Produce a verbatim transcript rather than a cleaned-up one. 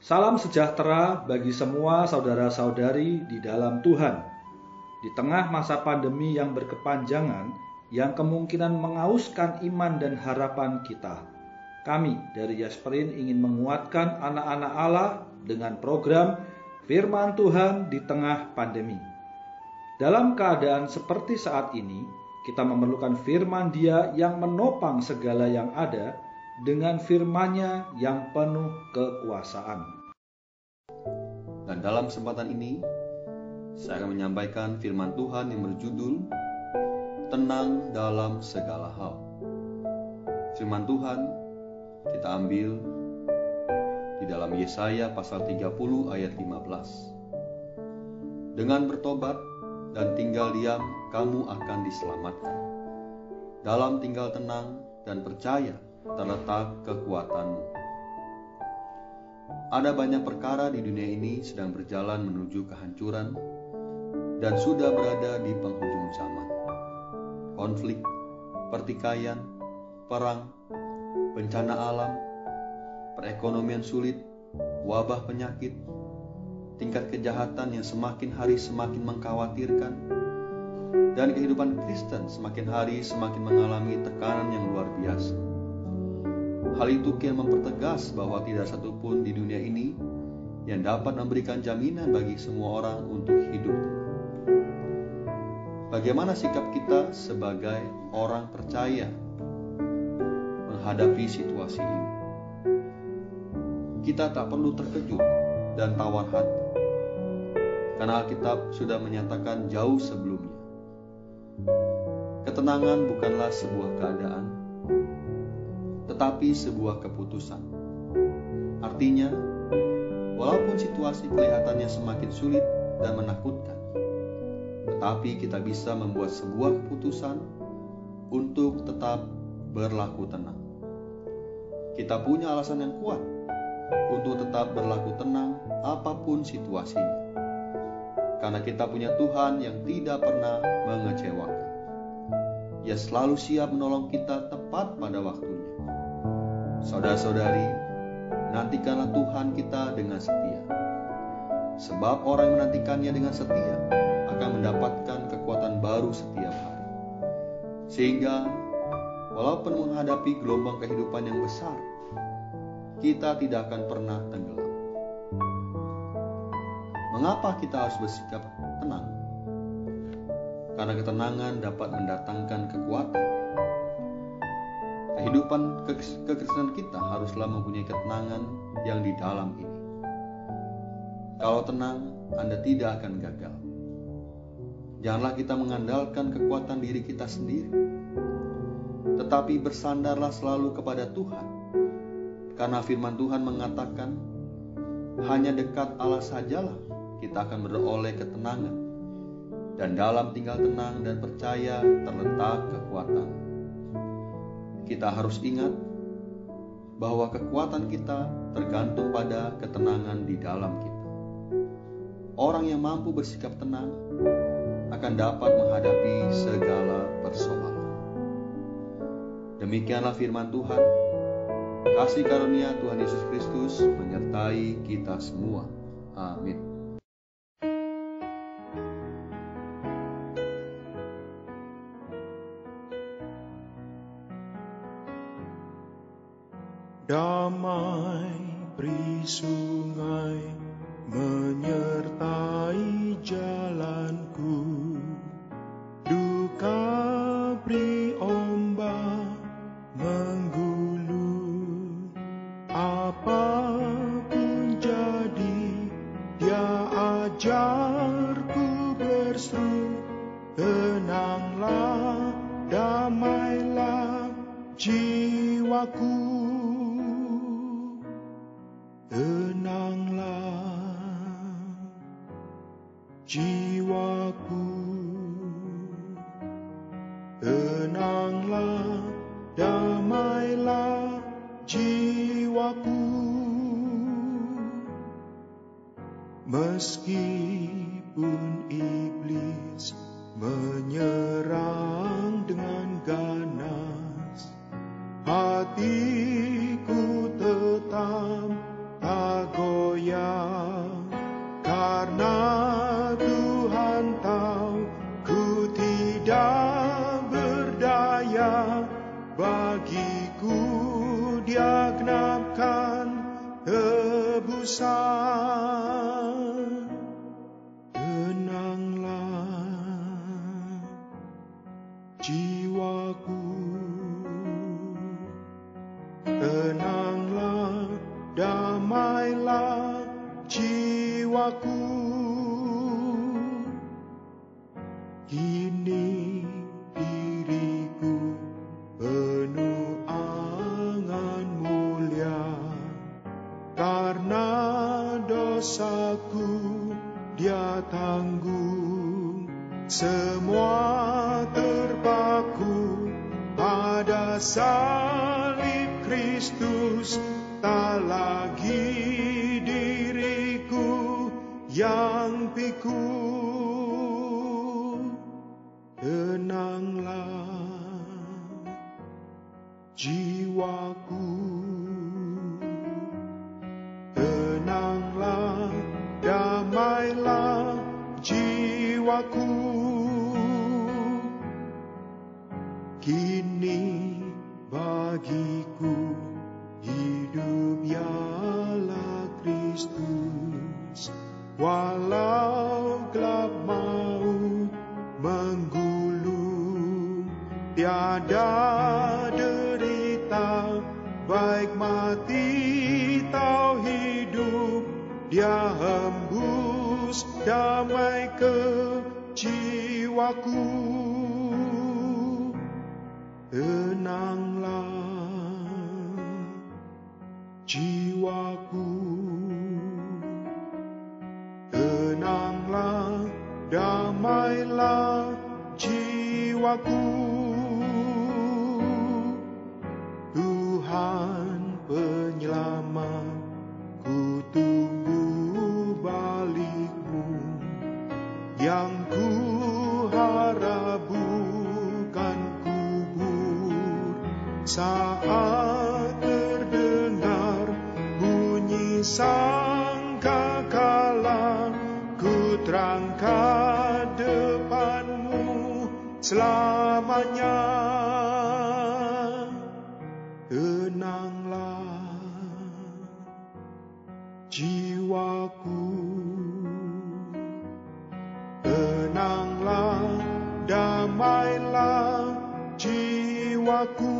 Salam sejahtera bagi semua saudara-saudari di dalam Tuhan. Di tengah masa pandemi yang berkepanjangan, yang kemungkinan mengauskan iman dan harapan kita, kami dari Yasmerin ingin menguatkan anak-anak Allah dengan program Firman Tuhan di tengah pandemi. Dalam keadaan seperti saat ini, kita memerlukan firman Dia yang menopang segala yang ada dengan firman-Nya yang penuh kekuasaan. Dan dalam kesempatan ini, saya akan menyampaikan firman Tuhan yang berjudul Tenang dalam segala hal. Firman Tuhan kita ambil di dalam Yesaya pasal tiga puluh ayat lima belas. Dengan bertobat dan tinggal diam, kamu akan diselamatkan. Dalam tinggal tenang dan percaya terletak kekuatanmu. Ada banyak perkara di dunia ini sedang berjalan menuju kehancuran dan sudah berada di penghujung zaman. Konflik, pertikaian, perang, bencana alam, perekonomian sulit, wabah penyakit, tingkat kejahatan yang semakin hari semakin mengkhawatirkan, dan kehidupan Kristen semakin hari semakin mengalami tekanan yang luar biasa. Hal itu kian mempertegas bahwa tidak satupun di dunia ini yang dapat memberikan jaminan bagi semua orang untuk hidup tenang. Bagaimana sikap kita sebagai orang percaya menghadapi situasi ini? Kita tak perlu terkejut dan tawar hati, karena Alkitab sudah menyatakan jauh sebelumnya, ketenangan bukanlah sebuah keadaan, tetapi sebuah keputusan. Artinya, walaupun situasi kelihatannya semakin sulit dan menakutkan, tetapi kita bisa membuat sebuah keputusan untuk tetap berlaku tenang. Kita punya alasan yang kuat untuk tetap berlaku tenang apapun situasinya, karena kita punya Tuhan yang tidak pernah mengecewakan. Ia selalu siap menolong kita tepat pada waktunya. Saudara-saudari, nantikanlah Tuhan kita dengan setia, sebab orang yang menantikannya dengan setia akan mendapatkan kekuatan baru setiap hari, sehingga walaupun menghadapi gelombang kehidupan yang besar, kita tidak akan pernah tenggelam. Mengapa kita harus bersikap tenang? Karena ketenangan dapat mendatangkan kekuatan. Kehidupan kekristenan kita haruslah mempunyai ketenangan yang di dalam ini. Kalau tenang, Anda tidak akan gagal. Janganlah kita mengandalkan kekuatan diri kita sendiri, tetapi bersandarlah selalu kepada Tuhan. Karena firman Tuhan mengatakan, hanya dekat Allah sajalah kita akan beroleh ketenangan, dan dalam tinggal tenang dan percaya terletak kekuatan. Kita harus ingat bahwa kekuatan kita tergantung pada ketenangan di dalam kita. Orang yang mampu bersikap tenang akan dapat menghadapi segala persoalan. Demikianlah firman Tuhan. Kasih karunia Tuhan Yesus Kristus menyertai kita semua. Amin. Damai beri sungai menyertai jalanku, duka beri ombak menggulung. Apapun jadi, Dia ajarku berseru, tenanglah, damailah jiwaku. Tenanglah jiwaku, tenanglah, damailah jiwaku. Meskipun iblis menyerang dengan ganas, hatiku tetap tak goyah. mulia, karena Tuhan tahu ku tidak berdaya, bagiku Dia genapkan tebusan. Tenanglah jiwaku, tenanglah, damailah jiwaku. Kini diriku penuh angan mulia, karena dosaku Dia tanggung, semua terpaku pada salib Kristus. Tak lagi diriku yang pikul. Tenanglah jiwaku, tenanglah, damailah jiwaku. Kini bagiku hidup ialah Kristus, walau gelap maut menggulung, tiada derita, baik mati atau hidup, Dia hembus damai ke jiwaku. Tenanglah jiwaku, tenanglah, damailah jiwaku. Tuhan penyelamat, ku tunggu balik-Mu, yang ku harap bukan kubur. Saat terdengar bunyi sangkakala, ku terangkat depan-Mu selamanya. Tenanglah jiwaku, tenanglah, damailah jiwaku.